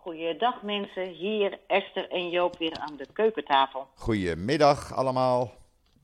Goeiedag mensen, hier Esther en Joop weer aan de keukentafel. Goedemiddag allemaal.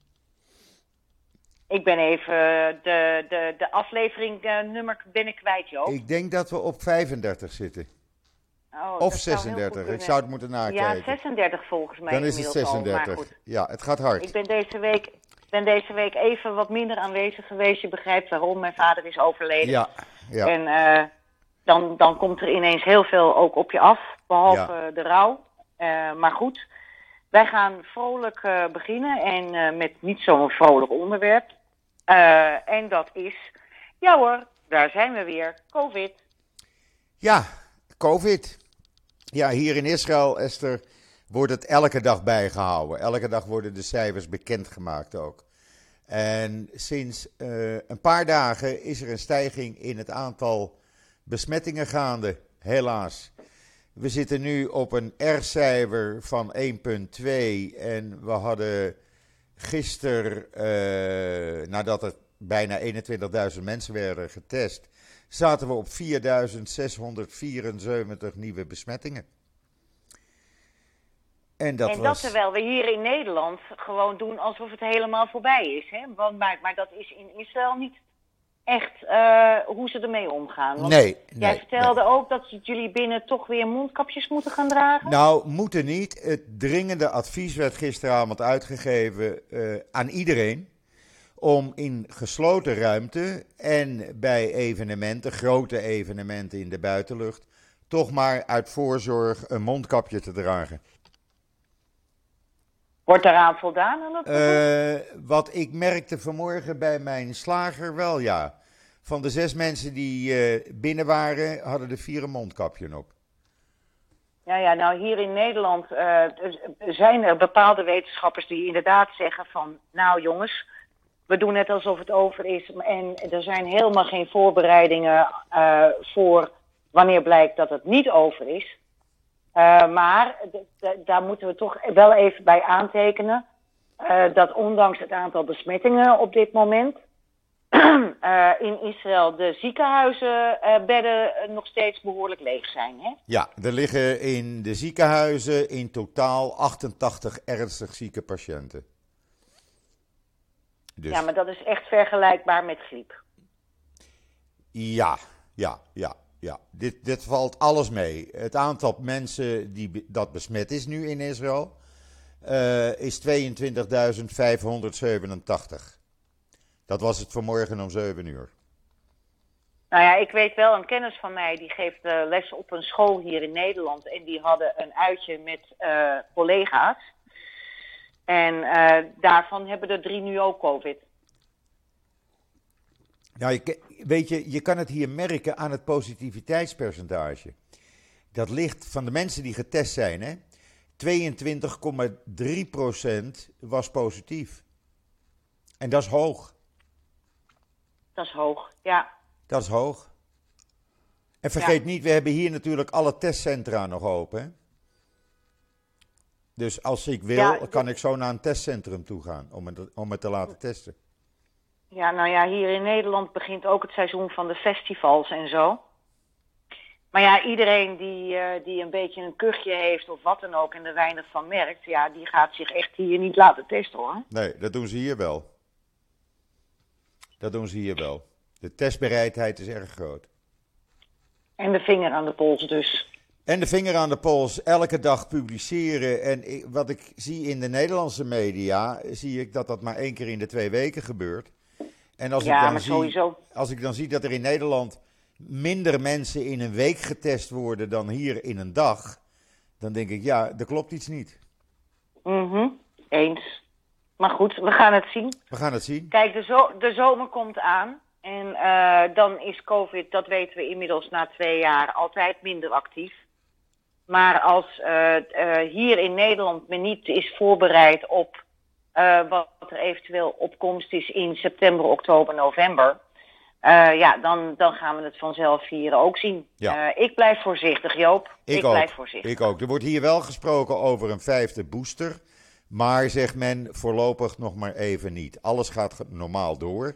Ik ben even de aflevering nummer ben ik kwijt, Joop. Ik denk dat we op 35 zitten. Oh, Of dat zou heel goed 36, ik kunnen. zou het moeten Ja, nakijken. 36 volgens mij Dan is het inmiddels al, maar 36. goed. Ja, het gaat Ik hard. ben deze week even wat minder aanwezig geweest. Je begrijpt waarom, mijn vader is overleden. Ja, ja, En dan komt er ineens heel veel ook op je af, behalve de rouw. Maar goed, wij gaan vrolijk beginnen en met niet zo'n vrolijk onderwerp. En dat is, ja hoor, daar zijn we weer, COVID. ja, COVID. Ja, hier in Israël, Esther, wordt het elke dag bijgehouden. Elke dag worden de cijfers bekendgemaakt ook. En sinds een paar dagen is er een stijging in het aantal besmettingen gaande, helaas. We zitten nu op een R-cijfer van 1,2 en we hadden gisteren, nadat er bijna 21.000 mensen werden getest, zaten we op 4.674 nieuwe besmettingen. En dat was... terwijl we hier in Nederland gewoon doen alsof het helemaal voorbij is. Hè? Maar dat is in Israël niet echt hoe ze ermee omgaan. Want Nee. jij vertelde ook dat jullie binnen toch weer mondkapjes moeten gaan dragen? Nou, moeten niet. Het dringende advies werd gisteravond uitgegeven aan iedereen om in gesloten ruimte en bij evenementen, grote evenementen in de buitenlucht, toch maar uit voorzorg een mondkapje te dragen. Wordt daaraan voldaan? Wat ik merkte vanmorgen bij mijn slager wel, ja. Van de 6 mensen die binnen waren, hadden er 4 een mondkapje op. Ja, nou hier in Nederland zijn er bepaalde wetenschappers die inderdaad zeggen van, nou jongens, we doen net alsof het over is. En er zijn helemaal geen voorbereidingen voor wanneer blijkt dat het niet over is. Maar daar moeten we toch wel even bij aantekenen dat ondanks het aantal besmettingen op dit moment in Israël de ziekenhuizenbedden nog steeds behoorlijk leeg zijn. Hè? Ja, er liggen in de ziekenhuizen in totaal 88 ernstig zieke patiënten. Dus... Ja, maar dat is echt vergelijkbaar met griep. Ja. Dit valt alles mee. Het aantal mensen dat besmet is nu in Israël is 22.587. Dat was het vanmorgen om 7 uur. Nou ja, ik weet wel, een kennis van mij die geeft les op een school hier in Nederland. En die hadden een uitje met collega's. En daarvan hebben er 3 nu ook COVID. Nou, weet je, je kan het hier merken aan het positiviteitspercentage. Dat ligt van de mensen die getest zijn, hè. 22,3% was positief. En dat is hoog. Dat is hoog, ja. Dat is hoog. En vergeet niet, we hebben hier natuurlijk alle testcentra nog open. Hè? Dus als ik wil, kan ik zo naar een testcentrum toe gaan om het te laten testen. Ja, nou ja, hier in Nederland begint ook het seizoen van de festivals en zo. Maar ja, iedereen die een beetje een kuchje heeft of wat dan ook en er weinig van merkt, ja, die gaat zich echt hier niet laten testen, hoor. Nee, dat doen ze hier wel. De testbereidheid is erg groot. En de vinger aan de pols dus. En de vinger aan de pols, elke dag publiceren. En wat ik zie in de Nederlandse media, zie ik dat maar 1 keer in de 2 weken gebeurt. En als ik dan zie dat er in Nederland minder mensen in een week getest worden dan hier in een dag, dan denk ik, ja, er klopt iets niet. Eens. Maar goed, we gaan het zien. We gaan het zien. Kijk, de zomer komt aan. En dan is COVID, dat weten we inmiddels na 2 jaar, altijd minder actief. Maar als hier in Nederland men niet is voorbereid op wat er eventueel opkomst is in september, oktober, november, dan gaan we het vanzelf hier ook zien. Ja. Ik blijf voorzichtig, Joop. Ik blijf voorzichtig. Ik ook. Er wordt hier wel gesproken over een 5e booster. Maar, zegt men, voorlopig nog maar even niet. Alles gaat normaal door.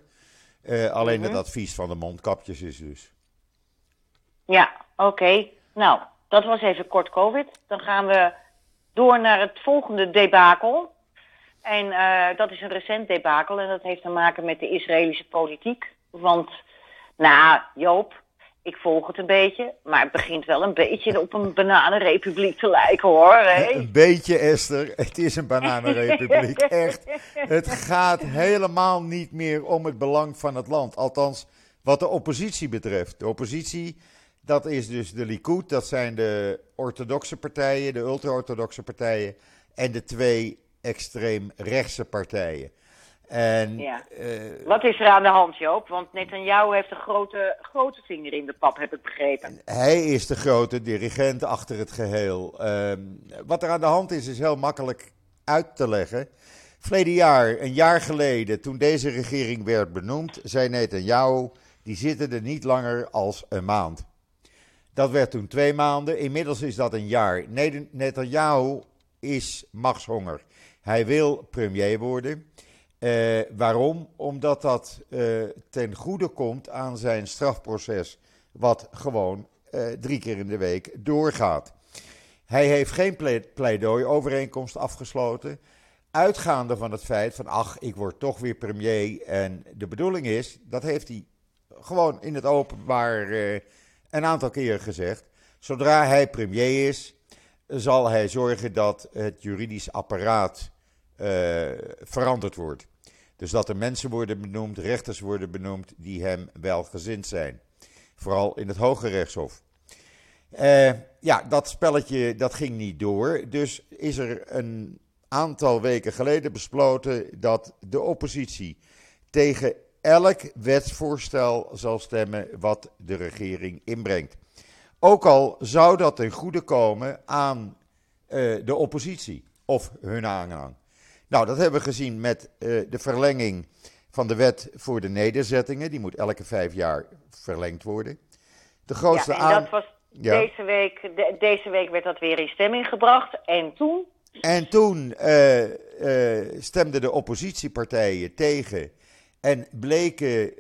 Alleen het advies van de mondkapjes is dus. Ja, oké. Nou, dat was even kort COVID. Dan gaan we door naar het volgende debakel. En dat is een recent debakel en dat heeft te maken met de Israëlische politiek. Want, nou Joop, ik volg het een beetje, maar het begint wel een beetje op een bananenrepubliek te lijken hoor. Hè? Een beetje, Esther. Het is een bananenrepubliek, echt. Het gaat helemaal niet meer om het belang van het land. Althans, wat de oppositie betreft. De oppositie, dat is dus de Likud, dat zijn de orthodoxe partijen, de ultra-orthodoxe partijen. En de 2 extreem rechtse partijen. En, ja. Wat is er aan de hand, Joop? Want Netanyahu heeft een grote vinger in de pap, heb ik begrepen. Hij is de grote dirigent achter het geheel. Wat er aan de hand is heel makkelijk uit te leggen. Verleden jaar, een jaar geleden, toen deze regering werd benoemd, zei Netanyahu, die zitten er niet langer als een maand. Dat werd toen 2 maanden, inmiddels is dat een jaar. Netanyahu is machtshonger. Hij wil premier worden. Waarom? Omdat dat ten goede komt aan zijn strafproces, wat gewoon 3 keer in de week doorgaat. Hij heeft geen pleidooi-overeenkomst afgesloten, uitgaande van het feit van, ik word toch weer premier. En de bedoeling is, dat heeft hij gewoon in het openbaar een aantal keren gezegd, zodra hij premier is, zal hij zorgen dat het juridisch apparaat veranderd wordt. Dus dat er mensen worden benoemd, rechters worden benoemd die hem welgezind zijn. Vooral in het Hoge Rechtshof. Dat spelletje dat ging niet door. Dus is er een aantal weken geleden besloten dat de oppositie tegen elk wetsvoorstel zal stemmen wat de regering inbrengt. Ook al zou dat ten goede komen aan de oppositie of hun aanhang. Nou, dat hebben we gezien met de verlenging van de wet voor de nederzettingen. Die moet elke 5 jaar verlengd worden. De grootste dat was deze week werd dat weer in stemming gebracht. En toen? En toen stemden de oppositiepartijen tegen en bleken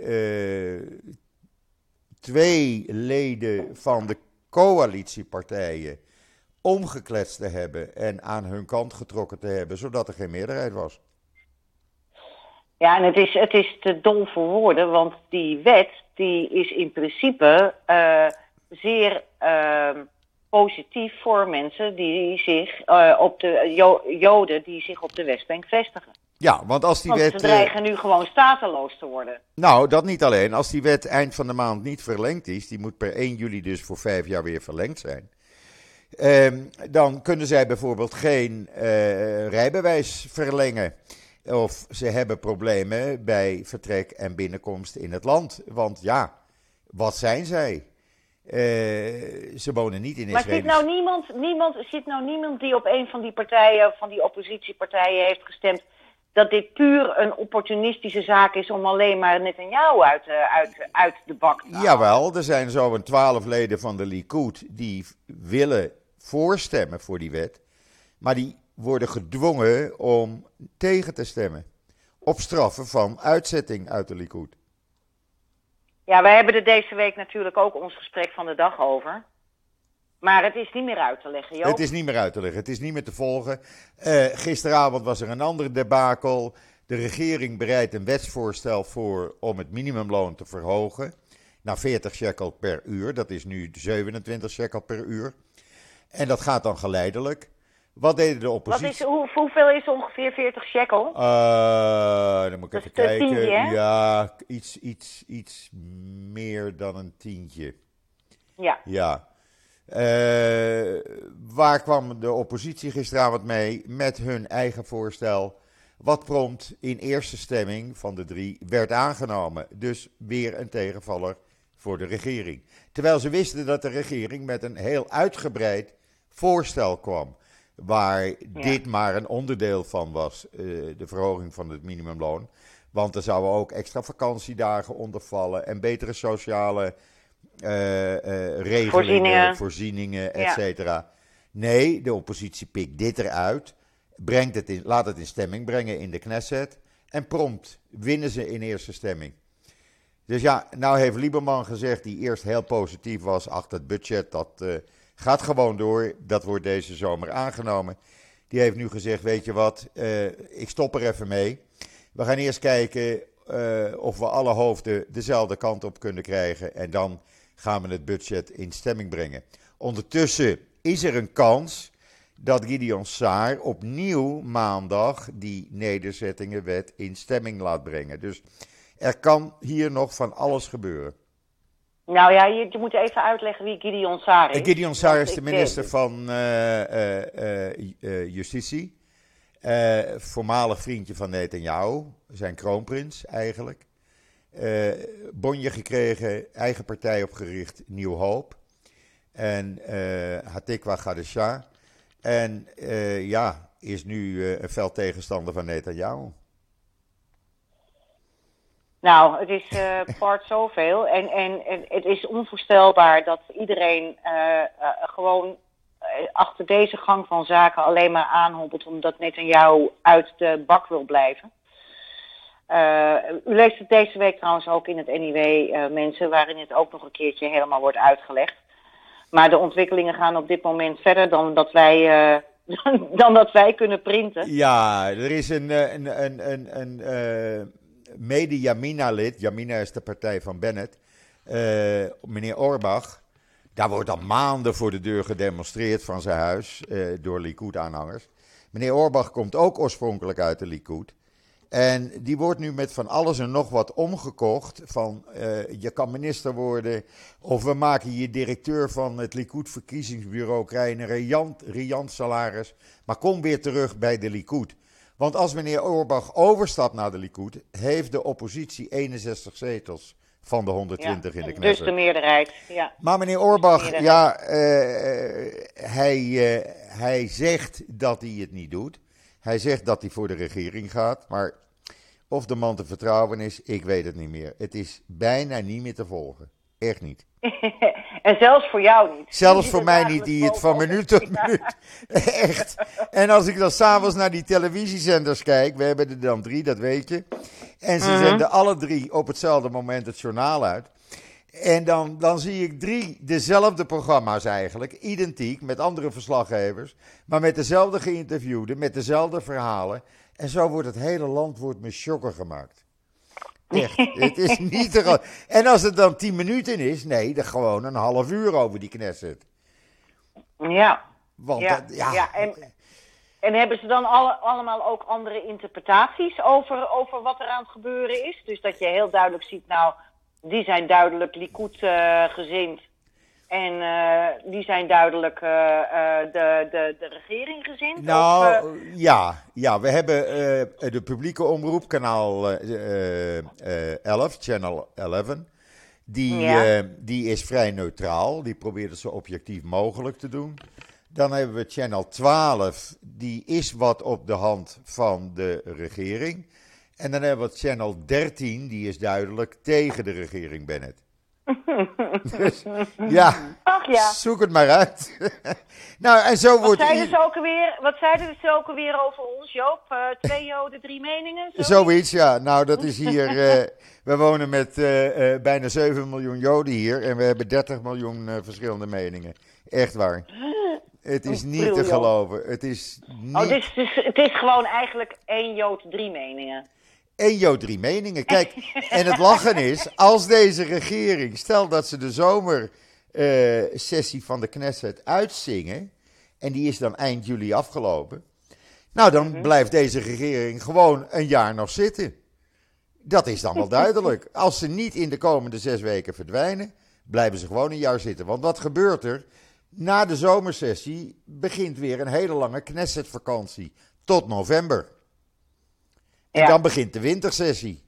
2 leden van de coalitiepartijen omgekletst te hebben en aan hun kant getrokken te hebben, zodat er geen meerderheid was. Ja, en het is te dol voor woorden, want die wet die is in principe zeer positief voor mensen die zich op de Joden die zich op de Westbank vestigen. Ja, want als die wet... ze dreigen nu gewoon stateloos te worden. Nou, dat niet alleen. Als die wet eind van de maand niet verlengd is, die moet per 1 juli dus voor 5 jaar weer verlengd zijn. Dan kunnen zij bijvoorbeeld geen rijbewijs verlengen. Of ze hebben problemen bij vertrek en binnenkomst in het land. Want ja, wat zijn zij? Ze wonen niet in Israël. Maar zit nou niemand die op een van die partijen, van die oppositiepartijen heeft gestemd, dat dit puur een opportunistische zaak is om alleen maar Netanyahu uit de bak te halen? Jawel, er zijn zo'n 12 leden van de Likud die willen voorstemmen voor die wet. Maar die worden gedwongen om tegen te stemmen. Op straffen van uitzetting uit de Likud. Ja, wij hebben er deze week natuurlijk ook ons gesprek van de dag over. Maar het is niet meer uit te leggen, Joop. Het is niet meer uit te leggen, het is niet meer te volgen. Gisteravond was er een ander debakel. De regering bereidt een wetsvoorstel voor om het minimumloon te verhogen naar 40 shekel per uur. Dat is nu 27 shekel per uur. En dat gaat dan geleidelijk. Wat deden de oppositie? Hoeveel is ongeveer 40 shekel? Dan moet ik even kijken. Tientje, hè? Ja, iets meer dan een tientje. Ja. Waar kwam de oppositie gisteravond mee? Met hun eigen voorstel. Wat prompt in eerste stemming van de 3 werd aangenomen. Dus weer een tegenvaller voor de regering. Terwijl ze wisten dat de regering met een heel uitgebreid voorstel kwam. Waar dit maar een onderdeel van was, de verhoging van het minimumloon. Want er zouden ook extra vakantiedagen onder vallen en betere sociale regelingen, voorzieningen, et cetera. Nee, de oppositie pikt dit eruit, laat het in stemming brengen in de Knesset en prompt winnen ze in eerste stemming. Dus ja, nou heeft Lieberman gezegd, die eerst heel positief was, het budget dat Gaat gewoon door. Dat wordt deze zomer aangenomen. Die heeft nu gezegd, weet je wat, ik stop er even mee. We gaan eerst kijken of we alle hoofden dezelfde kant op kunnen krijgen. En dan gaan we het budget in stemming brengen. Ondertussen is er een kans dat Gideon Saar opnieuw maandag die nederzettingenwet in stemming laat brengen. Dus er kan hier nog van alles gebeuren. Nou ja, je moet even uitleggen wie Gideon Saar is. Gideon Saar is de minister van Justitie. Voormalig vriendje van Netanyahu, zijn kroonprins eigenlijk. Bonje gekregen, eigen partij opgericht, Nieuw Hoop. En Hatikwa Gadesha. En is nu een fel tegenstander van Netanyahu. Nou, het is part zoveel. En het is onvoorstelbaar dat iedereen gewoon achter deze gang van zaken alleen maar aanhobbelt omdat Netanyahu uit de bak wil blijven. U leest het deze week trouwens ook in het NIW, mensen, waarin het ook nog een keertje helemaal wordt uitgelegd. Maar de ontwikkelingen gaan op dit moment verder dan dat wij, dan dat wij kunnen printen. Ja, er is een mede-Yamina-lid, Yamina is de partij van Bennett, meneer Orbach. Daar wordt al maanden voor de deur gedemonstreerd van zijn huis door Likud-aanhangers. Meneer Orbach komt ook oorspronkelijk uit de Likud. En die wordt nu met van alles en nog wat omgekocht. Van je kan minister worden of we maken je directeur van het Likud verkiezingsbureau. Krijg je een riant salaris, maar kom weer terug bij de Likud. Want als meneer Orbach overstapt naar de Likud, heeft de oppositie 61 zetels van de 120 in de Knesset. Dus de meerderheid, ja. Maar meneer Orbach, hij zegt dat hij het niet doet. Hij zegt dat hij voor de regering gaat, maar of de man te vertrouwen is, ik weet het niet meer. Het is bijna niet meer te volgen. Echt niet. En zelfs voor jou niet. Zelfs voor mij niet, die het van minuut tot minuut. Echt. En als ik dan s'avonds naar die televisiezenders kijk, we hebben er dan 3, dat weet je. En ze zenden alle 3 op hetzelfde moment het journaal uit. En dan zie ik 3 dezelfde programma's eigenlijk, identiek, met andere verslaggevers, maar met dezelfde geïnterviewden, met dezelfde verhalen. En zo wordt het hele land met chokken gemaakt. Echt, het is niet te groot. En als het dan 10 minuten is, nee, dan gewoon een half uur over die Knesset. Ja. Want en hebben ze dan allemaal ook andere interpretaties over wat er aan het gebeuren is? Dus dat je heel duidelijk ziet, nou, die zijn duidelijk Likud gezind. En die zijn duidelijk de regering gezind? Nou, ja, we hebben de publieke omroep, kanaal 11, channel 11. Die is vrij neutraal. Die probeert het zo objectief mogelijk te doen. Dan hebben we channel 12, die is wat op de hand van de regering. En dan hebben we channel 13, die is duidelijk tegen de regering Bennett. Dus, Ach ja, zoek het maar uit. Nou, en zo wat zeiden ze ook alweer over ons, Joop? 2 Joden, 3 meningen? Zoiets, ja. Nou, dat is hier... we wonen met bijna 7 miljoen Joden hier en we hebben 30 miljoen verschillende meningen. Echt waar. Het is niet te geloven. Het is niet... Oh, dus het is gewoon eigenlijk 1 Jood, 3 meningen. 1 Jood, 3 meningen. Kijk, en het lachen is, als deze regering, stel dat ze de zomersessie van de Knesset uitzingen, en die is dan eind juli afgelopen, nou dan blijft deze regering gewoon een jaar nog zitten. Dat is dan wel duidelijk. Als ze niet in de komende 6 weken verdwijnen, blijven ze gewoon een jaar zitten. Want wat gebeurt er? Na de zomersessie begint weer een hele lange Knesset-vakantie. Tot november. En dan begint de wintersessie.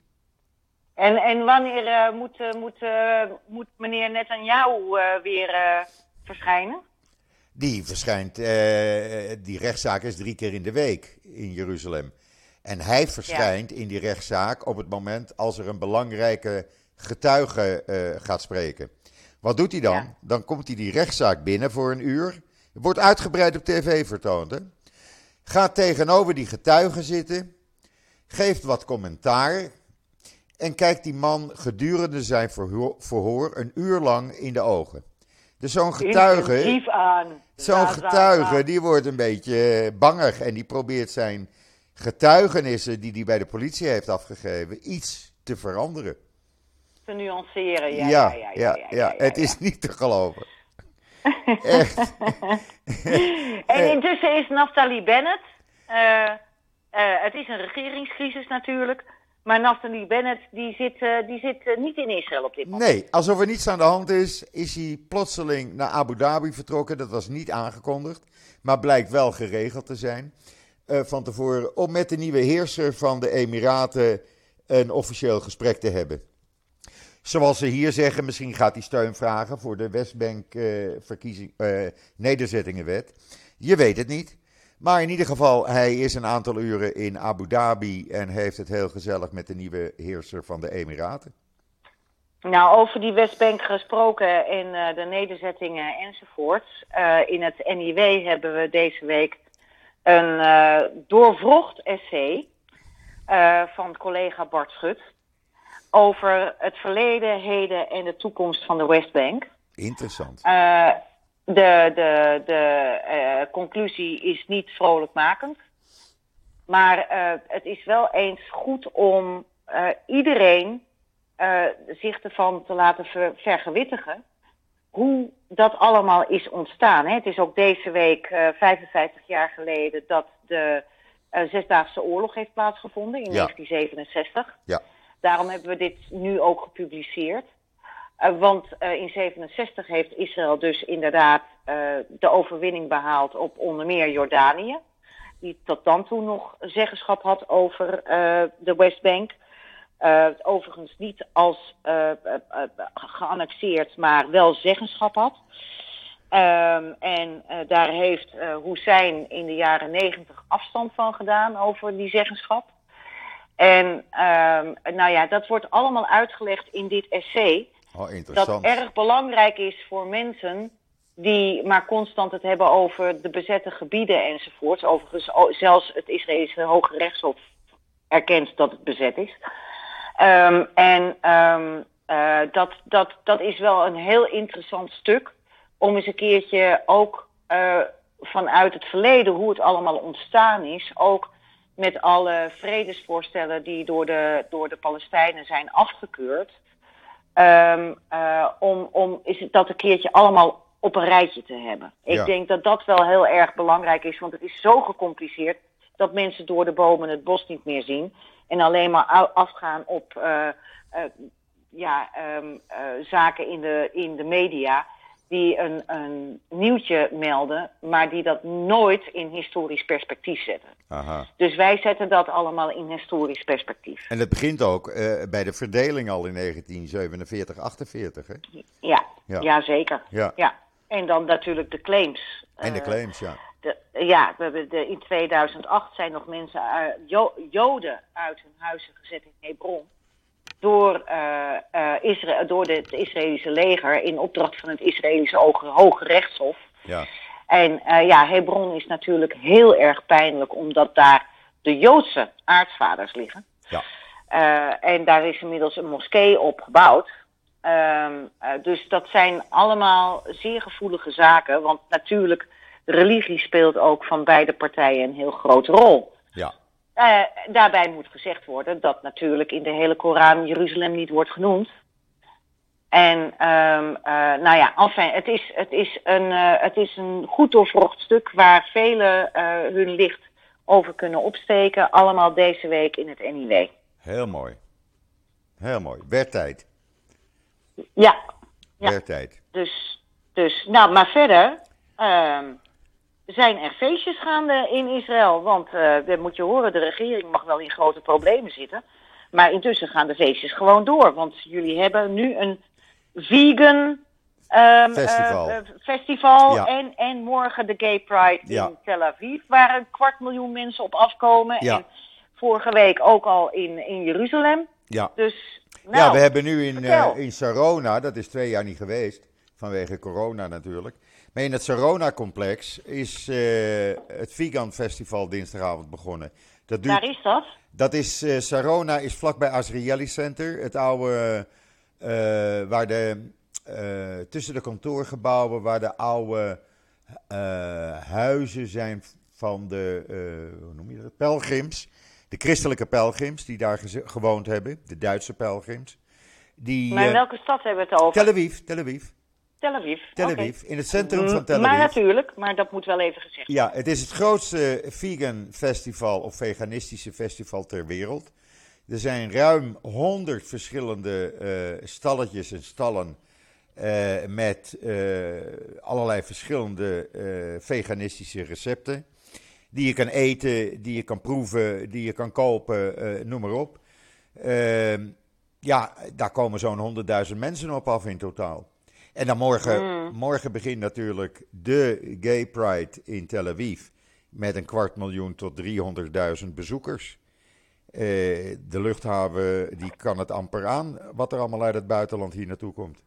En wanneer moet meneer Netanyahu weer verschijnen? Die verschijnt, die rechtszaak is 3 keer in de week in Jeruzalem. En hij verschijnt in die rechtszaak op het moment als er een belangrijke getuige gaat spreken. Wat doet hij dan? Ja. Dan komt hij die rechtszaak binnen voor 1 uur. Wordt uitgebreid op tv vertoond. Hè? Gaat tegenover die getuige zitten. Geeft wat commentaar. En kijkt die man gedurende zijn verhoor 1 uur lang in de ogen. Dus zo'n getuige, intensief aan. die wordt een beetje bangig en die probeert zijn getuigenissen die hij bij de politie heeft afgegeven, iets te veranderen. Te nuanceren, ja. Het is niet te geloven. Echt. En intussen is Naftali Bennett, het is een regeringscrisis natuurlijk, maar Naftali Bennett die zit niet in Israël op dit moment. Nee, alsof er niets aan de hand is hij plotseling naar Abu Dhabi vertrokken. Dat was niet aangekondigd, maar blijkt wel geregeld te zijn van tevoren, om met de nieuwe heerser van de Emiraten een officieel gesprek te hebben. Zoals ze hier zeggen, misschien gaat hij steun vragen voor de Westbank nederzettingenwet. Je weet het niet. Maar in ieder geval, hij is een aantal uren in Abu Dhabi en heeft het heel gezellig met de nieuwe heerser van de Emiraten. Nou, over die Westbank gesproken en de nederzettingen enzovoorts. In het NIW hebben we deze week een doorwrocht essay van collega Bart Schut over het verleden, heden en de toekomst van de Westbank. Interessant. De conclusie is niet vrolijkmakend. Maar het is wel eens goed om iedereen zich ervan te laten vergewittigen hoe dat allemaal is ontstaan. Hè? Het is ook deze week 55 jaar geleden dat de Zesdaagse Oorlog heeft plaatsgevonden in 1967. Ja. Daarom hebben we dit nu ook gepubliceerd. Want in 67 heeft Israël dus inderdaad de overwinning behaald op onder meer Jordanië. Die tot dan toe nog zeggenschap had over de Westbank. Overigens niet als geannexeerd, maar wel zeggenschap had. Daar heeft Hussein in de jaren 90 afstand van gedaan over die zeggenschap. En dat wordt allemaal uitgelegd in dit essay. Oh, interessant. Dat erg belangrijk is voor mensen die maar constant het hebben over de bezette gebieden enzovoorts. Overigens, zelfs het Israëlische Hoge Rechtshof erkent dat het bezet is. Dat is wel een heel interessant stuk om eens een keertje ook vanuit het verleden, hoe het allemaal ontstaan is, ook met alle vredesvoorstellen die door de Palestijnen zijn afgekeurd, om dat een keertje allemaal op een rijtje te hebben. Ik denk dat dat wel heel erg belangrijk is, want het is zo gecompliceerd dat mensen door de bomen het bos niet meer zien en alleen maar afgaan op zaken in de media die een nieuwtje melden, maar die dat nooit in historisch perspectief zetten. Aha. Dus wij zetten dat allemaal in historisch perspectief. En het begint ook bij de verdeling al in 1947, 48, hè? Ja, zeker. Ja. En dan natuurlijk de claims. En de claims, ja. In 2008 zijn nog mensen, Joden, uit hun huizen gezet in Hebron door het Israëlische leger in opdracht van het Israëlische Hoge Rechtshof. Ja. En Hebron is natuurlijk heel erg pijnlijk, omdat daar de Joodse aartsvaders liggen. Ja. En daar is inmiddels een moskee op gebouwd. Dus dat zijn allemaal zeer gevoelige zaken, want natuurlijk religie speelt ook van beide partijen een heel grote rol. Ja. Daarbij moet gezegd worden dat natuurlijk in de hele Koran Jeruzalem niet wordt genoemd. En het is een goed doorvrocht stuk waar velen hun licht over kunnen opsteken. Allemaal deze week in het NIW. Heel mooi. Heel mooi. Werd tijd. Ja. Werd tijd. Dus, maar verder zijn er feestjes gaande in Israël. Want, dat moet je horen, de regering mag wel in grote problemen zitten. Maar intussen gaan de feestjes gewoon door. Want jullie hebben nu een vegan festival. Ja. En morgen de Gay Pride in Tel Aviv, waar 250.000 mensen op afkomen. Ja. En vorige week ook al in Jeruzalem. Ja. Dus, we hebben nu in Sarona, dat is 2 jaar niet geweest, vanwege corona natuurlijk. Maar in het Sarona-complex is het Vegan Festival dinsdagavond begonnen. Waar is dat? Dat is, Sarona is vlakbij Azrieli Center, het oude, waar de tussen de kantoorgebouwen waar de oude huizen zijn van de, hoe noem je dat, pelgrims. De christelijke pelgrims die daar gewoond hebben, de Duitse pelgrims. Maar in welke stad hebben we het over? Tel Aviv. Tel Aviv, in het centrum van Tel Aviv. Maar natuurlijk, maar dat moet wel even gezegd worden. Ja, het is het grootste vegan festival of veganistische festival ter wereld. Er zijn ruim 100 verschillende stalletjes en stallen met allerlei verschillende veganistische recepten. Die je kan eten, die je kan proeven, die je kan kopen, noem maar op. Ja, daar komen zo'n 100.000 mensen op af in totaal. En dan morgen begint natuurlijk de Gay Pride in Tel Aviv. Met 250.000 tot 300.000 bezoekers. De luchthaven die kan het amper aan wat er allemaal uit het buitenland hier naartoe komt.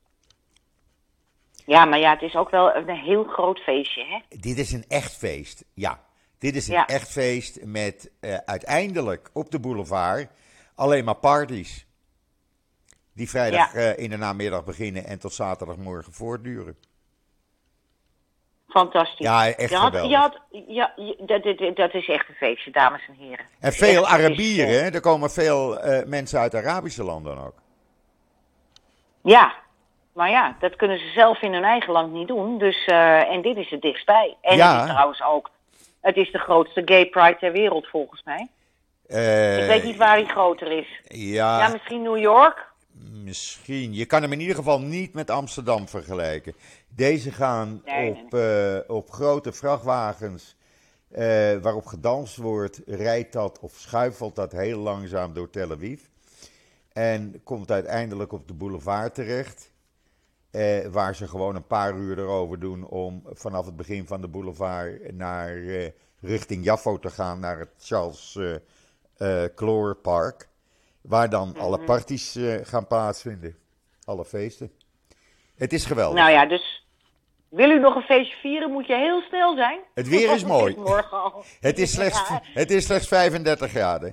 Ja, maar ja, het is ook wel een heel groot feestje, hè? Dit is een echt feest, ja. Dit is een echt feest met uiteindelijk op de boulevard alleen maar parties. Die vrijdag in de namiddag beginnen en tot zaterdagmorgen voortduren. Fantastisch. Ja, echt geweldig. Dat is echt een feestje, dames en heren. En veel Arabieren, hè? Er komen veel mensen uit Arabische landen ook. Ja, maar ja, dat kunnen ze zelf in hun eigen land niet doen. Dus, en dit is het dichtstbij. En het is trouwens ook, het is de grootste gay pride ter wereld volgens mij. Ik weet niet waar hij groter is. Ja, misschien New York? Misschien. Je kan hem in ieder geval niet met Amsterdam vergelijken. Deze gaan op grote vrachtwagens waarop gedanst wordt, rijdt dat of schuifelt dat heel langzaam door Tel Aviv. En komt uiteindelijk op de boulevard terecht. Waar ze gewoon een paar uur erover doen om vanaf het begin van de boulevard naar richting Jaffo te gaan, naar het Charles Clore Park. Waar dan alle parties gaan plaatsvinden. Alle feesten. Het is geweldig. Nou ja, dus wil u nog een feestje vieren, moet je heel snel zijn. Het weer is mooi. Morgen al. Het is slechts 35 graden.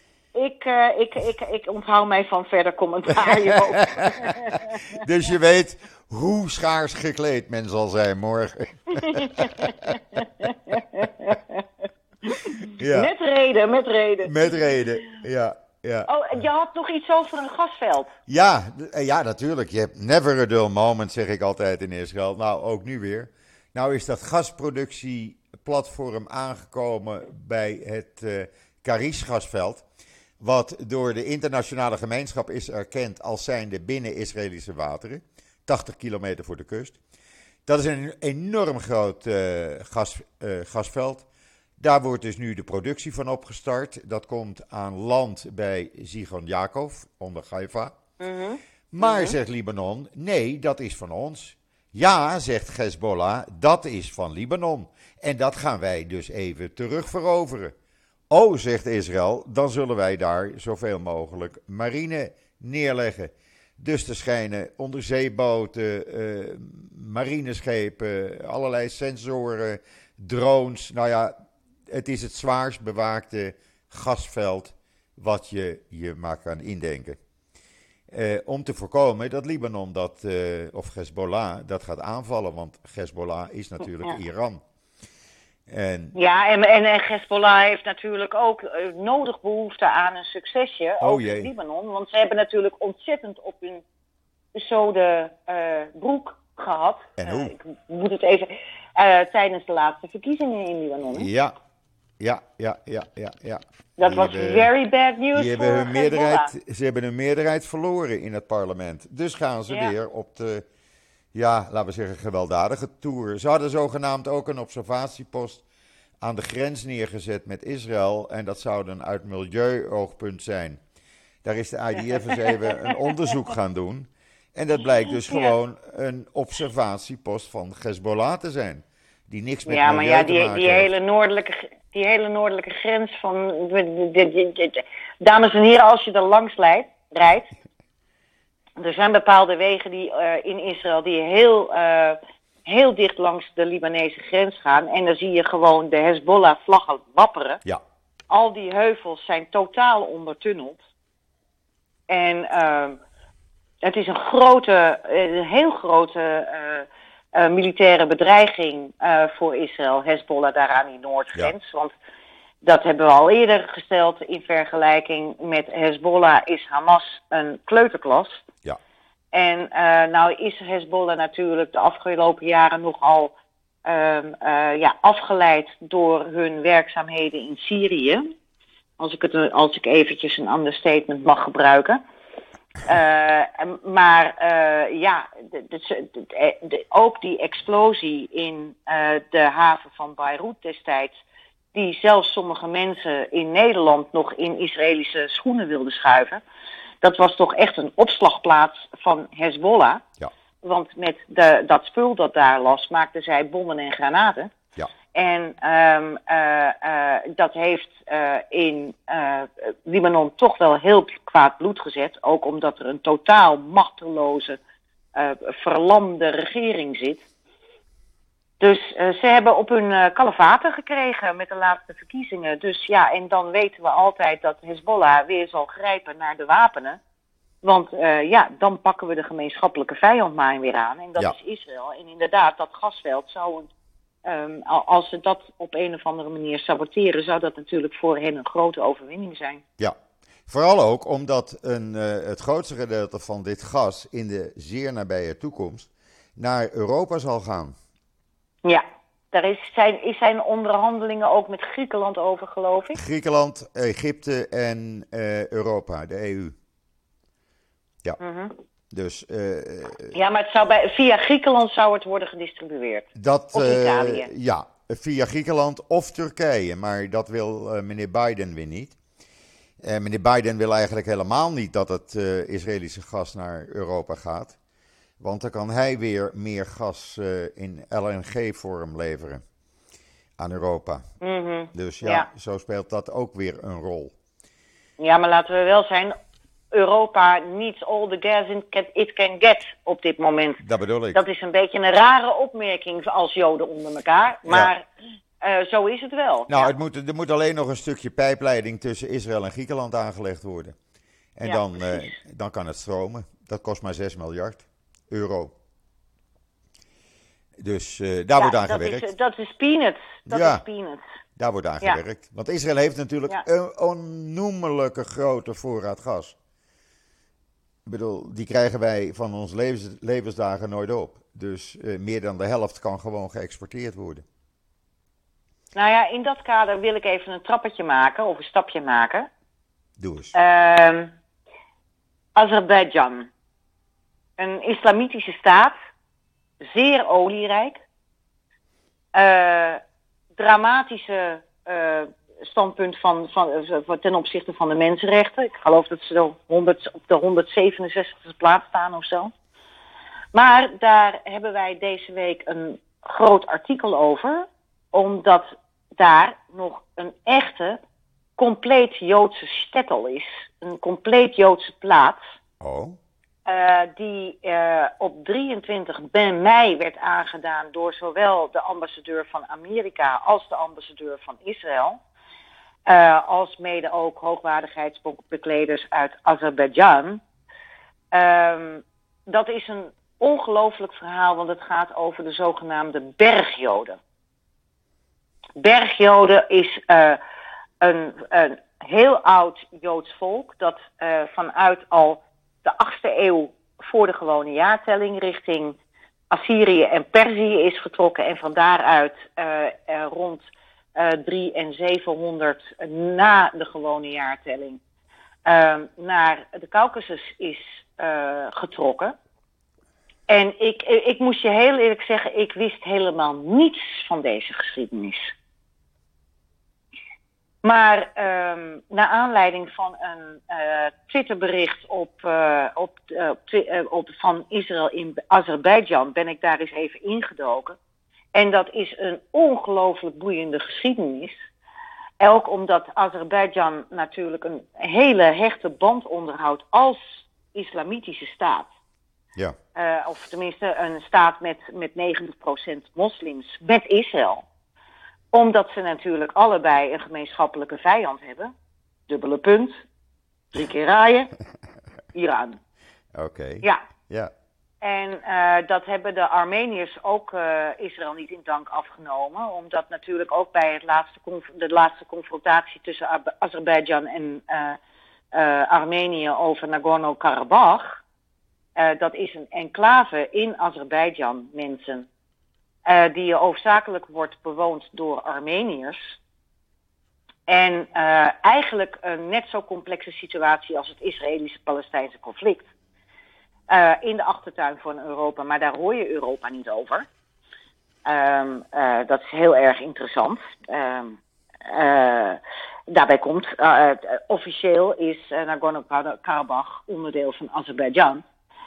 Ik onthoud mij van verder commentaar hierover. Dus je weet hoe schaars gekleed men zal zijn morgen. Ja. Met reden. Met reden, ja. Oh, en je had nog iets over een gasveld. Ja, natuurlijk. Je hebt never a dull moment, zeg ik altijd in Israël. Nou, ook nu weer. Nou is dat gasproductieplatform aangekomen bij het Karish gasveld. Wat door de internationale gemeenschap is erkend als zijnde binnen Israëlische wateren. 80 kilometer voor de kust. Dat is een enorm groot gasveld. Daar wordt dus nu de productie van opgestart. Dat komt aan land bij Zichron Yaakov, onder Haifa. Maar zegt Libanon, nee, dat is van ons. Ja, zegt Hezbollah, dat is van Libanon. En dat gaan wij dus even terugveroveren. Oh, zegt Israël, dan zullen wij daar zoveel mogelijk marine neerleggen. Dus er schijnen onderzeeboten, marineschepen, allerlei sensoren, drones. Nou ja, het is het zwaarst bewaakte gasveld wat je maar kan indenken. Om te voorkomen dat Libanon of Hezbollah dat gaat aanvallen, want Hezbollah is natuurlijk Iran. En Hezbollah heeft natuurlijk ook nodig behoefte aan een succesje over Libanon. Want ze hebben natuurlijk ontzettend op hun besode broek gehad. En hoe? Ik moet het even tijdens de laatste verkiezingen in Libanon. Hè? Ja. Dat was very bad news voor Hezbollah. Ze hebben hun meerderheid verloren in het parlement. Dus gaan ze weer op de, laten we zeggen, gewelddadige toer. Ze hadden zogenaamd ook een observatiepost aan de grens neergezet met Israël. En dat zou dan uit milieu-oogpunt zijn. Daar is de IDF eens even een onderzoek gaan doen. En dat blijkt dus gewoon een observatiepost van Hezbollah te zijn. Die niks met milieu te maken heeft. Die hele noordelijke grens van... Dames en heren, als je er langs rijdt... Er zijn bepaalde wegen die in Israël die heel dicht langs de Libanese grens gaan. En dan zie je gewoon de Hezbollah-vlaggen wapperen. Ja. Al die heuvels zijn totaal ondertunneld. En Het is een heel grote militaire bedreiging voor Israël, Hezbollah daar aan die noordgrens. Ja. Want dat hebben we al eerder gesteld in vergelijking met Hezbollah is Hamas een kleuterklas. Ja. En nou is Hezbollah natuurlijk de afgelopen jaren nogal afgeleid door hun werkzaamheden in Syrië. Als ik eventjes een understatement mag gebruiken. Ook die explosie in de haven van Beirut destijds, die zelfs sommige mensen in Nederland nog in Israëlische schoenen wilden schuiven. Dat was toch echt een opslagplaats van Hezbollah. Ja. Want met dat spul dat daar las, maakten zij bommen en granaten. Ja. En dat heeft in Libanon toch wel heel kwaad bloed gezet. Ook omdat er een totaal machteloze, verlamde regering zit. Dus ze hebben op hun kalevaten gekregen met de laatste verkiezingen. Dus ja, en dan weten we altijd dat Hezbollah weer zal grijpen naar de wapenen. Want dan pakken we de gemeenschappelijke vijand maar weer aan. En dat is Israël. En inderdaad, dat gasveld zou als ze dat op een of andere manier saboteren, zou dat natuurlijk voor hen een grote overwinning zijn. Ja, vooral ook omdat het grootste gedeelte van dit gas in de zeer nabije toekomst naar Europa zal gaan. Ja, daar zijn onderhandelingen ook met Griekenland over, geloof ik. Griekenland, Egypte en Europa, de EU. Ja. Mm-hmm. Dus, maar via Griekenland zou het worden gedistribueerd. Of Italië. Ja, via Griekenland of Turkije. Maar dat wil meneer Biden weer niet. Meneer Biden wil eigenlijk helemaal niet dat het Israëlische gas naar Europa gaat. Want dan kan hij weer meer gas in LNG-vorm leveren aan Europa. Mm-hmm. Dus ja, zo speelt dat ook weer een rol. Ja, maar laten we wel zijn, Europa needs all the gas it can get op dit moment. Dat bedoel ik. Dat is een beetje een rare opmerking als Joden onder elkaar. Maar zo is het wel. Nou, er moet alleen nog een stukje pijpleiding tussen Israël en Griekenland aangelegd worden. En dan kan het stromen. Dat kost maar 6 miljard euro. Dus daar wordt aan gewerkt. Dat is peanuts. Dat is peanuts. Daar wordt aan gewerkt. Want Israël heeft natuurlijk een onnoemelijke grote voorraad gas. Ik bedoel, die krijgen wij van onze levensdagen nooit op. Dus meer dan de helft kan gewoon geëxporteerd worden. Nou ja, in dat kader wil ik even een trappetje maken, of een stapje maken. Doe eens. Azerbeidzjan. Een islamitische staat. Zeer olierijk. dramatische standpunt ten opzichte van de mensenrechten. Ik geloof dat ze op de 167e plaats staan of zo. Maar daar hebben wij deze week een groot artikel over, omdat daar nog een echte, compleet Joodse shtetl is. Een compleet Joodse plaats. Oh. Die op 23 mei werd aangedaan door zowel de ambassadeur van Amerika als de ambassadeur van Israël. Als mede ook hoogwaardigheidsbekleders uit Azerbeidzjan. Dat is een ongelooflijk verhaal, want het gaat over de zogenaamde bergjoden. Bergjoden is een heel oud Joods volk dat vanuit al de 8e eeuw voor de gewone jaartelling richting Assyrië en Perzië is vertrokken en van daaruit rond 300 en 700 na de gewone jaartelling naar de Caucasus is getrokken. En ik moest je heel eerlijk zeggen, ik wist helemaal niets van deze geschiedenis. Maar naar aanleiding van een Twitterbericht van Israël in Azerbeidzjan ben ik daar eens even ingedoken. En dat is een ongelooflijk boeiende geschiedenis. Ook omdat Azerbeidzjan natuurlijk een hele hechte band onderhoudt als islamitische staat. Ja. Of tenminste een staat met 90% moslims met Israël. Omdat ze natuurlijk allebei een gemeenschappelijke vijand hebben. Dubbele punt. 3 keer raaien. Iran. Oké. Ja. Ja. En dat hebben de Armeniërs ook Israël niet in dank afgenomen. Omdat natuurlijk ook bij de laatste confrontatie tussen Azerbeidzjan en Armenië over Nagorno-Karabakh. Dat is een enclave in Azerbeidzjan, mensen. Die hoofdzakelijk wordt bewoond door Armeniërs. En eigenlijk een net zo complexe situatie als het Israëlische-Palestijnse conflict. In de achtertuin van Europa, maar daar hoor je Europa niet over. Dat is heel erg interessant. Daarbij komt, officieel is Nagorno-Karabakh onderdeel van Azerbeidzjan.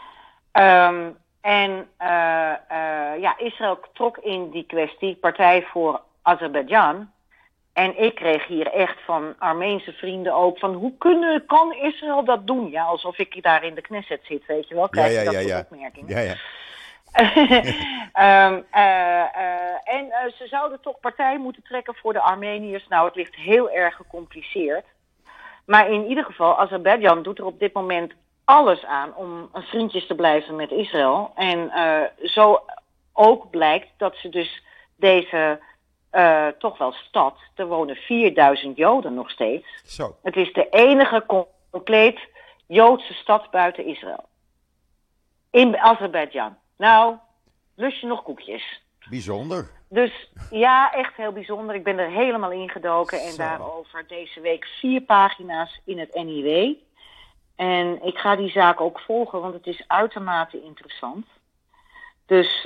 Israël trok in die kwestie partij voor Azerbeidzjan. En ik kreeg hier echt van Armeense vrienden ook van hoe kan Israël dat doen? Ja, alsof ik daar in de Knesset zit, weet je wel. Krijg je dat soort opmerkingen. Ja. Ze zouden toch partij moeten trekken voor de Armeniërs. Nou, het ligt heel erg gecompliceerd. Maar in ieder geval, Azerbeidzjan doet er op dit moment alles aan om vriendjes te blijven met Israël. En zo ook blijkt dat ze dus deze toch wel stad, er wonen 4000 Joden nog steeds. Zo. Het is de enige compleet Joodse stad buiten Israël. In Azerbeidzjan. Nou, lust je nog koekjes? Bijzonder. Dus ja, echt heel bijzonder. Ik ben er helemaal ingedoken en daarover deze week 4 pagina's in het NIW. En ik ga die zaak ook volgen, want het is uitermate interessant. Dus,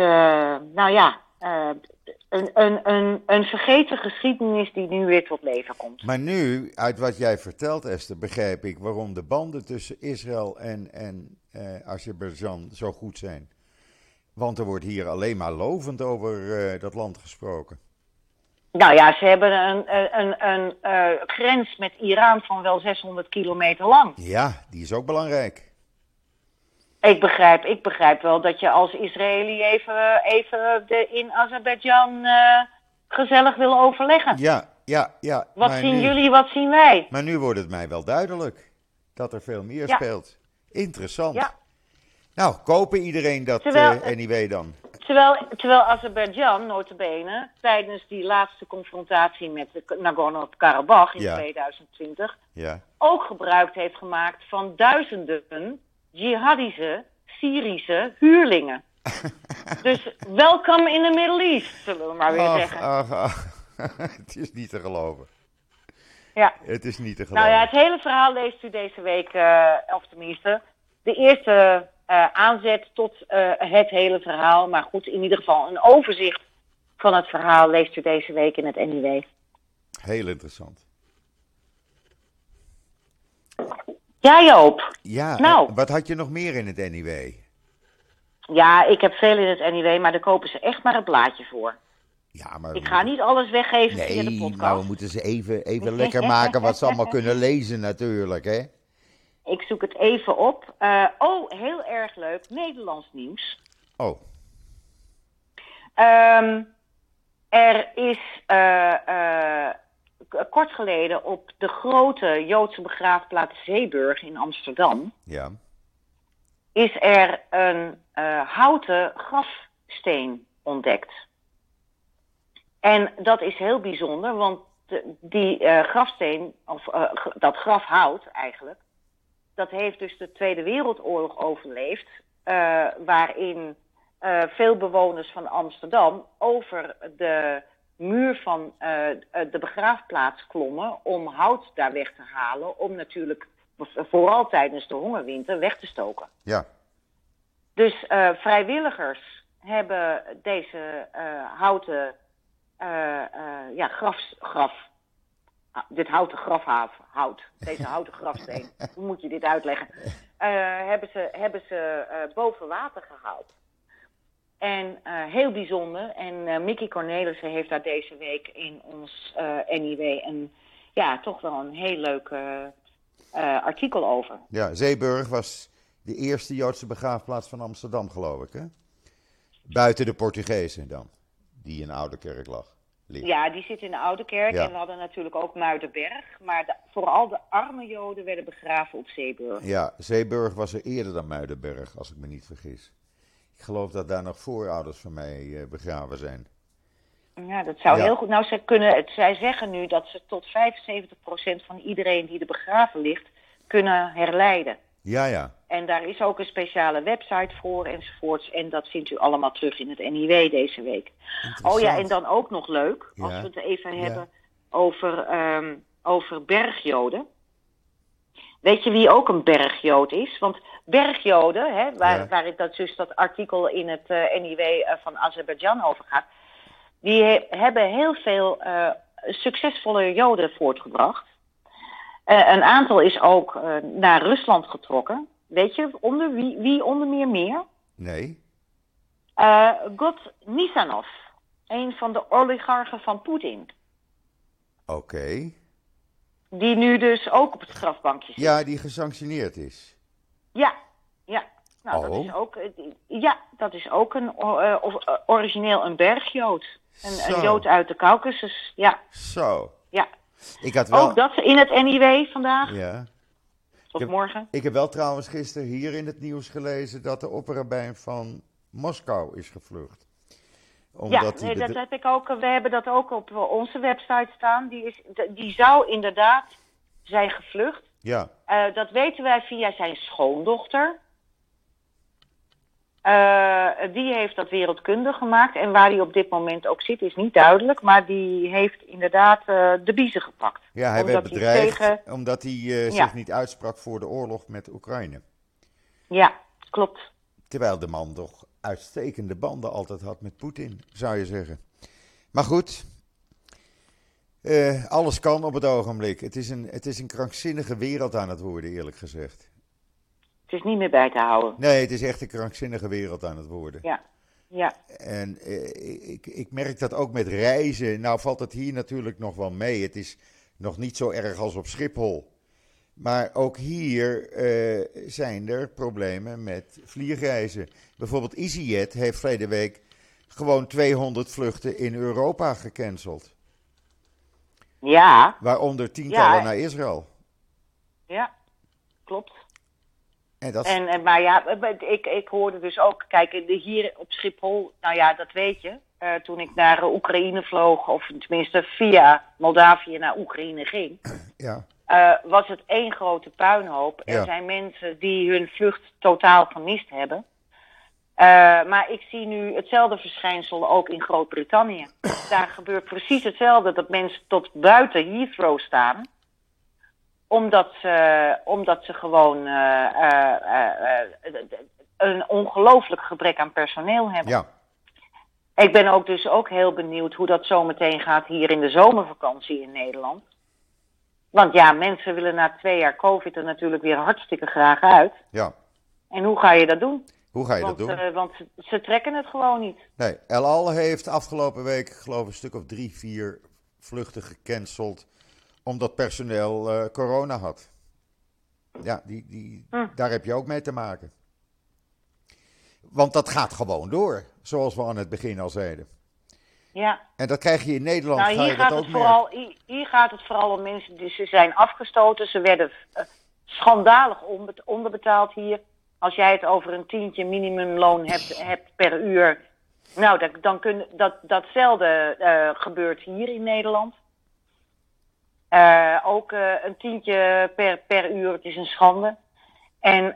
een vergeten geschiedenis die nu weer tot leven komt. Maar nu, uit wat jij vertelt, Esther, begrijp ik waarom de banden tussen Israël en Azerbeidzjan zo goed zijn. Want er wordt hier alleen maar lovend over dat land gesproken. Nou ja, ze hebben een grens met Iran van wel 600 kilometer lang. Ja, die is ook belangrijk. Ik begrijp wel dat je als Israëli even in Azerbeidzjan gezellig wil overleggen. Ja. Wat zien jullie, wat zien wij? Maar nu wordt het mij wel duidelijk dat er veel meer speelt. Interessant. Ja. Nou, kopen iedereen dat anyway dan? Terwijl Azerbeidzjan, nota bene, tijdens die laatste confrontatie met Nagorno-Karabakh in 2020... ook gebruik heeft gemaakt van duizenden jihadische, Syrische huurlingen. Dus welcome in the Middle East, zullen we maar weer zeggen. Het is niet te geloven. Ja. Het is niet te geloven. Nou ja, het hele verhaal leest u deze week, of tenminste, de eerste aanzet tot het hele verhaal. Maar goed, in ieder geval een overzicht van het verhaal leest u deze week in het NIW. Heel interessant. Ja, Joop. Ja, nou, wat had je nog meer in het NIW? Ja, ik heb veel in het NIW, maar daar kopen ze echt maar een blaadje voor. Ja, maar ik ga niet alles weggeven via de podcast. Maar we moeten ze even lekker maken wat ze allemaal kunnen lezen natuurlijk, hè? Ik zoek het even op. Heel erg leuk. Nederlands nieuws. Oh. Er is kort geleden op de grote Joodse begraafplaats Zeeburg in Amsterdam... Ja. Is er een houten grafsteen ontdekt. En dat is heel bijzonder, want die grafsteen, of dat grafhout eigenlijk... dat heeft dus de Tweede Wereldoorlog overleefd... waarin veel bewoners van Amsterdam over de muur van de begraafplaats klommen... om hout daar weg te halen, om natuurlijk... vooral tijdens de hongerwinter weg te stoken. Ja. Dus vrijwilligers hebben deze houten dit houten grafhout, deze houten grafsteen, hoe moet je dit uitleggen? Hebben ze boven water gehaald. En heel bijzonder. En Mickey Cornelissen heeft daar deze week in ons NIW toch wel een heel leuk artikel over. Ja, Zeeburg was de eerste Joodse begraafplaats van Amsterdam, geloof ik, hè? Buiten de Portugezen dan, die in Oude Kerk lag. ligt. Ja, die zit in de Oude Kerk Ja. en we hadden natuurlijk ook Muidenberg. Maar vooral de arme Joden werden begraven op Zeeburg. Ja, Zeeburg was er eerder dan Muidenberg, als ik me niet vergis. Ik geloof dat daar nog voorouders van mij begraven zijn. Ja, dat zou Ja. heel goed. Nou, zij zeggen nu dat ze tot 75% van iedereen die er begraven ligt kunnen herleiden. Ja. En daar is ook een speciale website voor enzovoorts. En dat vindt u allemaal terug in het NIW deze week. Oh ja, en dan ook nog leuk, als Ja. we het even Ja. hebben over bergjoden. Weet je wie ook een bergjood is? Want bergjoden, hè, waar ik dat artikel in het NIW van Azerbeidzjan over gaat, die hebben heel veel succesvolle Joden voortgebracht. Een aantal is ook naar Rusland getrokken. Weet je wie onder meer? Nee? God Nisanov, een van de oligarchen van Poetin. Oké. Die nu dus ook op het strafbankje zit. Ja, die gesanctioneerd is. Ja. Nou, dat is ook een origineel een bergjood. Een Jood uit de Caucasus, ja. Zo. Ja. Ik had wel... Ook dat in het NIW vandaag. Ja. Of morgen. Ik heb wel trouwens gisteren hier in het nieuws gelezen dat de opperrabijn van Moskou is gevlucht. Dat heb ik ook. We hebben dat ook op onze website staan. Die zou inderdaad zijn gevlucht. Ja. Dat weten wij via zijn schoondochter. Die heeft dat wereldkundig gemaakt. En waar hij op dit moment ook zit is niet duidelijk. Maar die heeft inderdaad de biezen gepakt. Ja, hij werd bedreigd omdat hij zich niet uitsprak voor de oorlog met Oekraïne. Ja, klopt. Terwijl de man toch uitstekende banden altijd had met Poetin, zou je zeggen. Maar goed, alles kan op het ogenblik. Het is een krankzinnige wereld aan het worden, eerlijk gezegd. Het is niet meer bij te houden. Nee, het is echt een krankzinnige wereld aan het worden. Ja. En ik merk dat ook met reizen. Nou valt het hier natuurlijk nog wel mee. Het is nog niet zo erg als op Schiphol. Maar ook hier zijn er problemen met vliegreizen. Bijvoorbeeld EasyJet heeft verleden week gewoon 200 vluchten in Europa gecanceld. Ja. Waaronder tientallen naar Israël. Ja, klopt. Maar ja, ik hoorde dus ook, kijk, hier op Schiphol, nou ja, dat weet je. Toen ik naar Oekraïne vloog, of tenminste via Moldavië naar Oekraïne ging, was het één grote puinhoop. Er zijn mensen die hun vlucht totaal gemist hebben. Maar ik zie nu hetzelfde verschijnsel ook in Groot-Brittannië. Daar gebeurt precies hetzelfde, dat mensen tot buiten Heathrow staan. Omdat ze gewoon een ongelooflijk gebrek aan personeel hebben. Ja. Ik ben ook heel benieuwd hoe dat zometeen gaat hier in de zomervakantie in Nederland. Want ja, mensen willen na 2 jaar COVID er natuurlijk weer hartstikke graag uit. Ja. En hoe ga je dat doen? Hoe ga je dat doen? Want ze trekken het gewoon niet. Nee, El Al heeft afgelopen week, geloof ik, een stuk of 3, 4 vluchten gecanceld omdat personeel corona had. Ja, daar heb je ook mee te maken. Want dat gaat gewoon door, zoals we aan het begin al zeiden. Ja. En dat krijg je in Nederland. Nou, hier gaat het vooral om mensen die ze zijn afgestoten. Ze werden schandalig onderbetaald hier. Als jij het over een tientje minimumloon hebt per uur. Nou, datzelfde gebeurt hier in Nederland. Ook een tientje per uur, het is een schande. En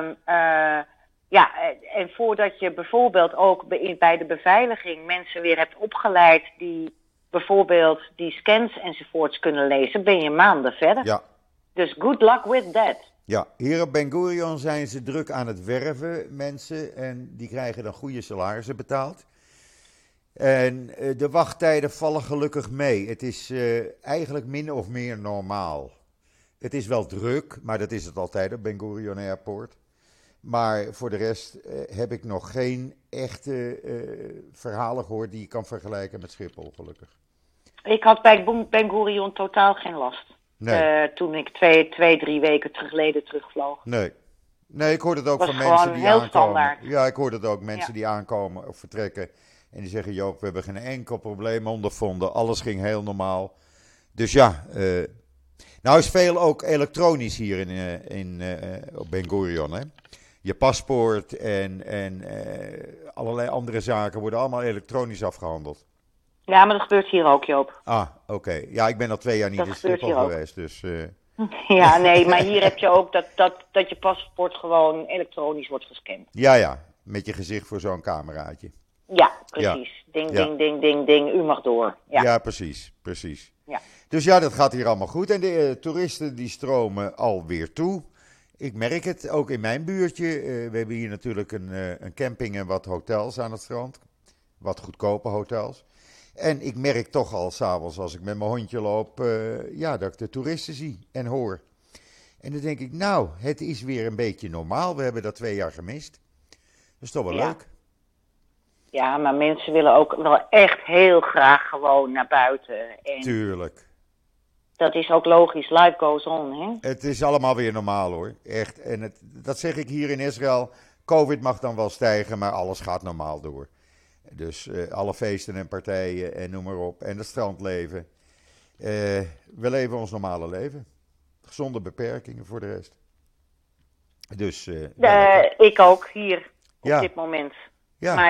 en voordat je bijvoorbeeld ook bij de beveiliging mensen weer hebt opgeleid die bijvoorbeeld die scans enzovoorts kunnen lezen, ben je maanden verder. Ja. Dus good luck with that. Ja, hier op Ben Gurion zijn ze druk aan het werven, mensen, en die krijgen dan goede salarissen betaald. En de wachttijden vallen gelukkig mee. Het is eigenlijk min of meer normaal. Het is wel druk, maar dat is het altijd op Ben Gurion Airport. Maar voor de rest heb ik nog geen echte verhalen gehoord die je kan vergelijken met Schiphol, gelukkig. Ik had bij Ben Gurion totaal geen last. Nee. Toen ik 3 weken geleden terugvloog. Nee, ik hoor het ook van mensen die aankomen. Standaard. Ja, ik hoor het ook, mensen die aankomen of vertrekken. En die zeggen, Joop, we hebben geen enkel probleem ondervonden. Alles ging heel normaal. Dus ja, nou is veel ook elektronisch hier op Ben Gurion, hè. Je paspoort en allerlei andere zaken worden allemaal elektronisch afgehandeld. Ja, maar dat gebeurt hier ook, Joop. Ah, oké. Ja, ik ben al 2 jaar niet Dat in gebeurt Schiphol hier ook. geweest, dus... Ja, nee, maar hier heb je ook dat je paspoort gewoon elektronisch wordt gescand. Ja, met je gezicht voor zo'n cameraatje. Ja, precies. Ding, Ja. ding, ding, ding, ding. U mag door. Ja. Ja, precies. Ja. Dus ja, dat gaat hier allemaal goed. En de toeristen die stromen alweer toe. Ik merk het, ook in mijn buurtje. We hebben hier natuurlijk een camping en wat hotels aan het strand. Wat goedkope hotels. En ik merk toch al s'avonds als ik met mijn hondje loop, dat ik de toeristen zie en hoor. En dan denk ik, nou, het is weer een beetje normaal. We hebben dat 2 jaar gemist. Dat is toch wel leuk. Ja, maar mensen willen ook wel echt heel graag gewoon naar buiten. En Tuurlijk. dat is ook logisch. Life goes on, hè? Het is allemaal weer normaal hoor, echt. En dat zeg ik hier in Israël. Covid mag dan wel stijgen, maar alles gaat normaal door. Dus alle feesten en partijen en noem maar op. En het strandleven. We leven ons normale leven. Zonder beperkingen voor de rest. Dus, ik ook, hier, op Ja. dit moment. ja, Maar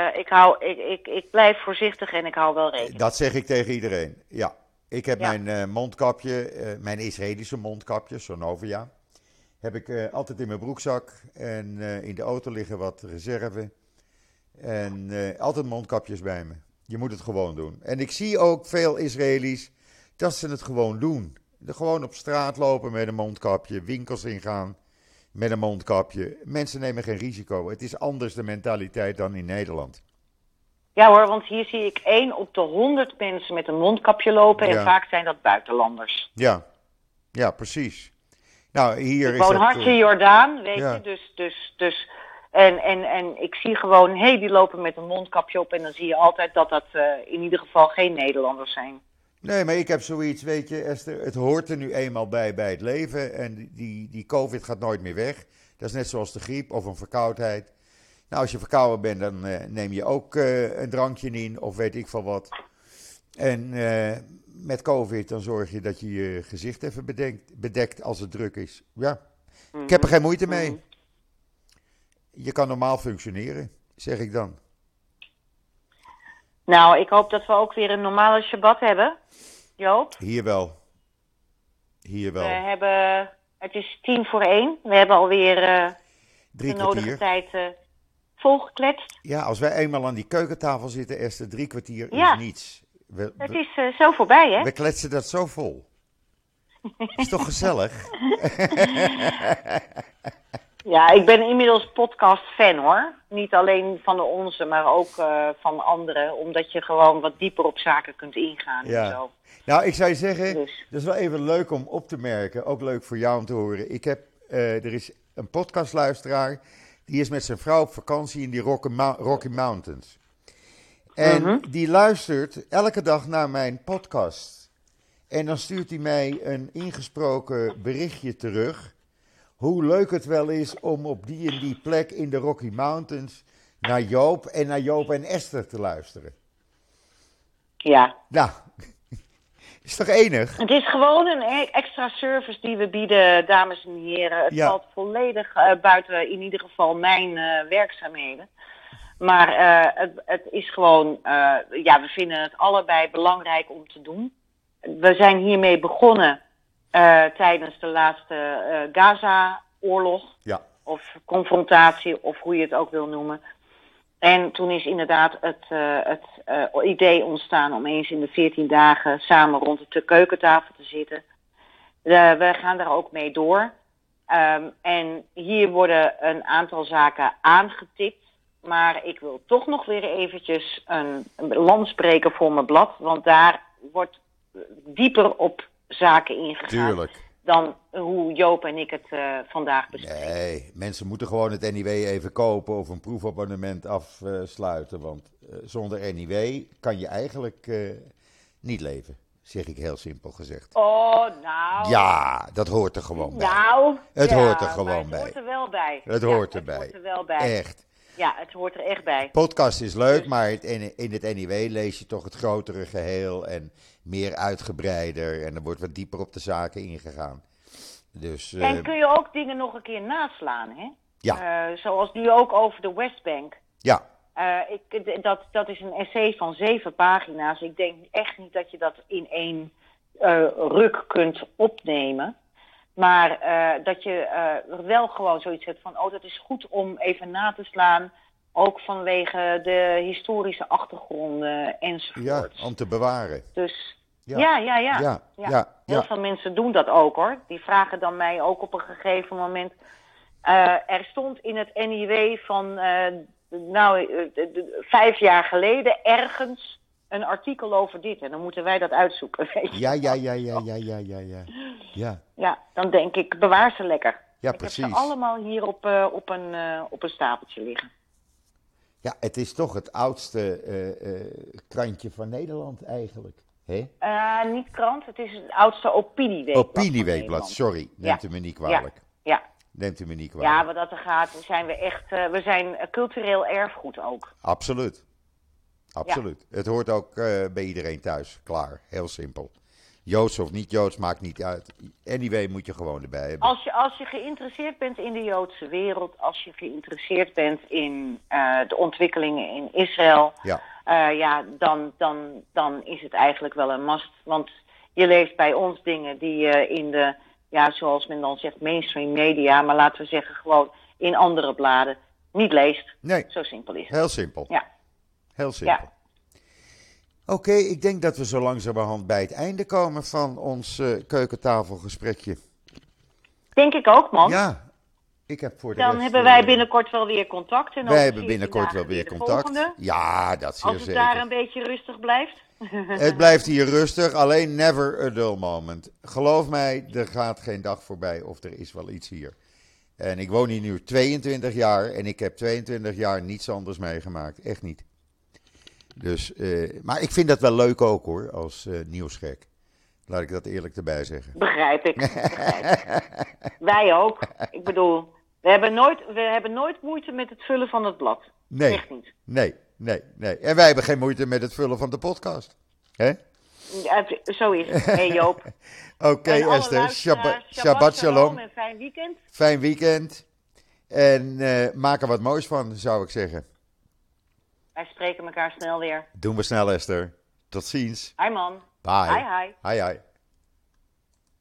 ik blijf voorzichtig en ik hou wel rekening. dat zeg ik tegen iedereen. Ja, ik heb Ja. mijn mondkapje, mijn Israëlische mondkapje, Sonovia. Heb ik altijd in mijn broekzak. En in de auto liggen wat reserve. En altijd mondkapjes bij me. Je moet het gewoon doen. En ik zie ook veel Israëli's dat ze het gewoon doen. Gewoon op straat lopen met een mondkapje, winkels ingaan met een mondkapje. Mensen nemen geen risico. Het is anders de mentaliteit dan in Nederland. Ja hoor, want hier zie ik 1 op de 100 mensen met een mondkapje lopen. Ja. En vaak zijn dat buitenlanders. Ja, precies. Nou, hier Ik is woon het... hard in Jordaan, weet ja. je. Dus en ik zie gewoon, die lopen met een mondkapje op. En dan zie je altijd dat in ieder geval geen Nederlanders zijn. Nee, maar ik heb zoiets, weet je, Esther, het hoort er nu eenmaal bij het leven. En die COVID gaat nooit meer weg. Dat is net zoals de griep of een verkoudheid. Nou, als je verkouden bent, dan neem je ook een drankje in of weet ik veel wat. En met COVID, dan zorg je dat je je gezicht even bedekt als het druk is. Ja, ik heb er geen moeite mee. Je kan normaal functioneren, zeg ik dan. Nou, ik hoop dat we ook weer een normale Shabbat hebben, Joop. Hier wel. Het is 1:50. We hebben alweer 3 de nodige kwartier. tijd volgekletst. Ja, als wij eenmaal aan die keukentafel zitten, Esther, 3 kwartier Ja. is niets. Het is zo voorbij, hè? We kletsen dat zo vol. Is toch gezellig? Ja, ik ben inmiddels podcast-fan, hoor. Niet alleen van de onze, maar ook van anderen. Omdat je gewoon wat dieper op zaken kunt ingaan Ja. en zo. Nou, ik zou je zeggen, Dus. dat is wel even leuk om op te merken. Ook leuk voor jou om te horen. Er is een podcastluisteraar, die is met zijn vrouw op vakantie in die Rocky Mountains. En die luistert elke dag naar mijn podcast. En dan stuurt hij mij een ingesproken berichtje terug. Hoe leuk het wel is om op die en die plek in de Rocky Mountains naar Joop en Esther te luisteren. Ja. Nou, is toch enig? Het is gewoon een extra service die we bieden, dames en heren. Het Ja. valt volledig buiten in ieder geval mijn werkzaamheden. Maar het is gewoon, we vinden het allebei belangrijk om te doen. We zijn hiermee begonnen tijdens de laatste Gaza-oorlog. Ja. Of confrontatie, of hoe je het ook wil noemen. En toen is inderdaad het idee ontstaan om eens in de 14 dagen samen rond de keukentafel te zitten. We gaan daar ook mee door. En hier worden een aantal zaken aangetipt. Maar ik wil toch nog weer eventjes een lans spreken voor mijn blad. Want daar wordt dieper op zaken ingegaan. Tuurlijk. Dan hoe Joop en ik het vandaag bespreken. Nee, mensen moeten gewoon het NIW even kopen of een proefabonnement afsluiten. Want zonder NIW kan je eigenlijk niet leven, zeg ik heel simpel gezegd. Oh, nou. Ja, dat hoort er gewoon bij. Nou. Het ja, hoort er maar gewoon het bij. hoort er wel bij. Het Ja, hoort erbij. Het hoort er wel bij. Echt. Ja, het hoort er echt bij. Podcast is leuk, Dus- maar in het NIW lees je toch het grotere geheel en meer uitgebreider. En er wordt wat dieper op de zaken ingegaan. Dus En kun je ook dingen nog een keer naslaan, hè? ja, Zoals nu ook over de Westbank. ja, Dat is een essay van 7 pagina's. Ik denk echt niet dat je dat in één ruk kunt opnemen. Maar dat je wel gewoon zoiets hebt van... dat is goed om even na te slaan. Ook vanwege de historische achtergronden ja, enzovoort. om te bewaren. Dus Ja. ja. Heel veel mensen doen dat ook, hoor. Die vragen dan mij ook op een gegeven moment... er stond in het NIW van 5 jaar geleden ergens een artikel over dit. En dan moeten wij dat uitzoeken, weet je. Ja, Ja, dan denk ik, bewaar ze lekker. ja, Ik heb precies. ze allemaal hier op een stapeltje liggen. Ja, het is toch het oudste krantje van Nederland eigenlijk. Hè? Niet krant, het is het oudste opinieweekblad. Opinieweekblad, sorry. Neemt u me niet kwalijk. Ja. Neemt u me niet kwalijk. Ja, wat dat er gaat, zijn we echt... we zijn cultureel erfgoed ook. Absoluut. Absoluut. Het hoort ook bij iedereen thuis. Klaar. Heel simpel. Joods of niet Joods, maakt niet uit. Anyway moet je gewoon erbij hebben. Als je geïnteresseerd bent in de Joodse wereld... als je geïnteresseerd bent in de ontwikkelingen in Israël... dan is het eigenlijk wel een must. Want je leest bij ons dingen die je in de... ja, zoals men dan zegt, mainstream media... maar laten we zeggen gewoon in andere bladen niet leest. Nee, Zo simpel is het. heel simpel. Ja. Heel simpel. Ja. Oké, ik denk dat we zo langzamerhand bij het einde komen van ons keukentafelgesprekje. Denk ik ook, man. Ja, ik heb voor de Dan rest, hebben wij binnenkort wel weer contact. En wij over hebben 14 binnenkort wel dagen weer de contact. volgende. Ja, dat zeer Als het zeker. daar een beetje rustig blijft. Het blijft hier rustig, alleen never a dull moment. Geloof mij, er gaat geen dag voorbij of er is wel iets hier. En ik woon hier nu 22 jaar en ik heb 22 jaar niets anders meegemaakt. Echt niet. Dus, maar ik vind dat wel leuk ook hoor, als nieuwsgek. Laat ik dat eerlijk erbij zeggen. Begrijp ik. Wij ook. Ik bedoel, we hebben nooit moeite met het vullen van het blad. Nee, Echt niet. nee. En wij hebben geen moeite met het vullen van de podcast. Hè? Ja, zo is het. Hey Joop. Oké En alle Esther, luisteraars, Shabbat shalom. en fijn weekend. Fijn weekend. En maak er wat moois van, zou ik zeggen. Wij spreken elkaar snel weer. Doen we snel Esther. Tot ziens. Hi man. Bye. Hi. Hi.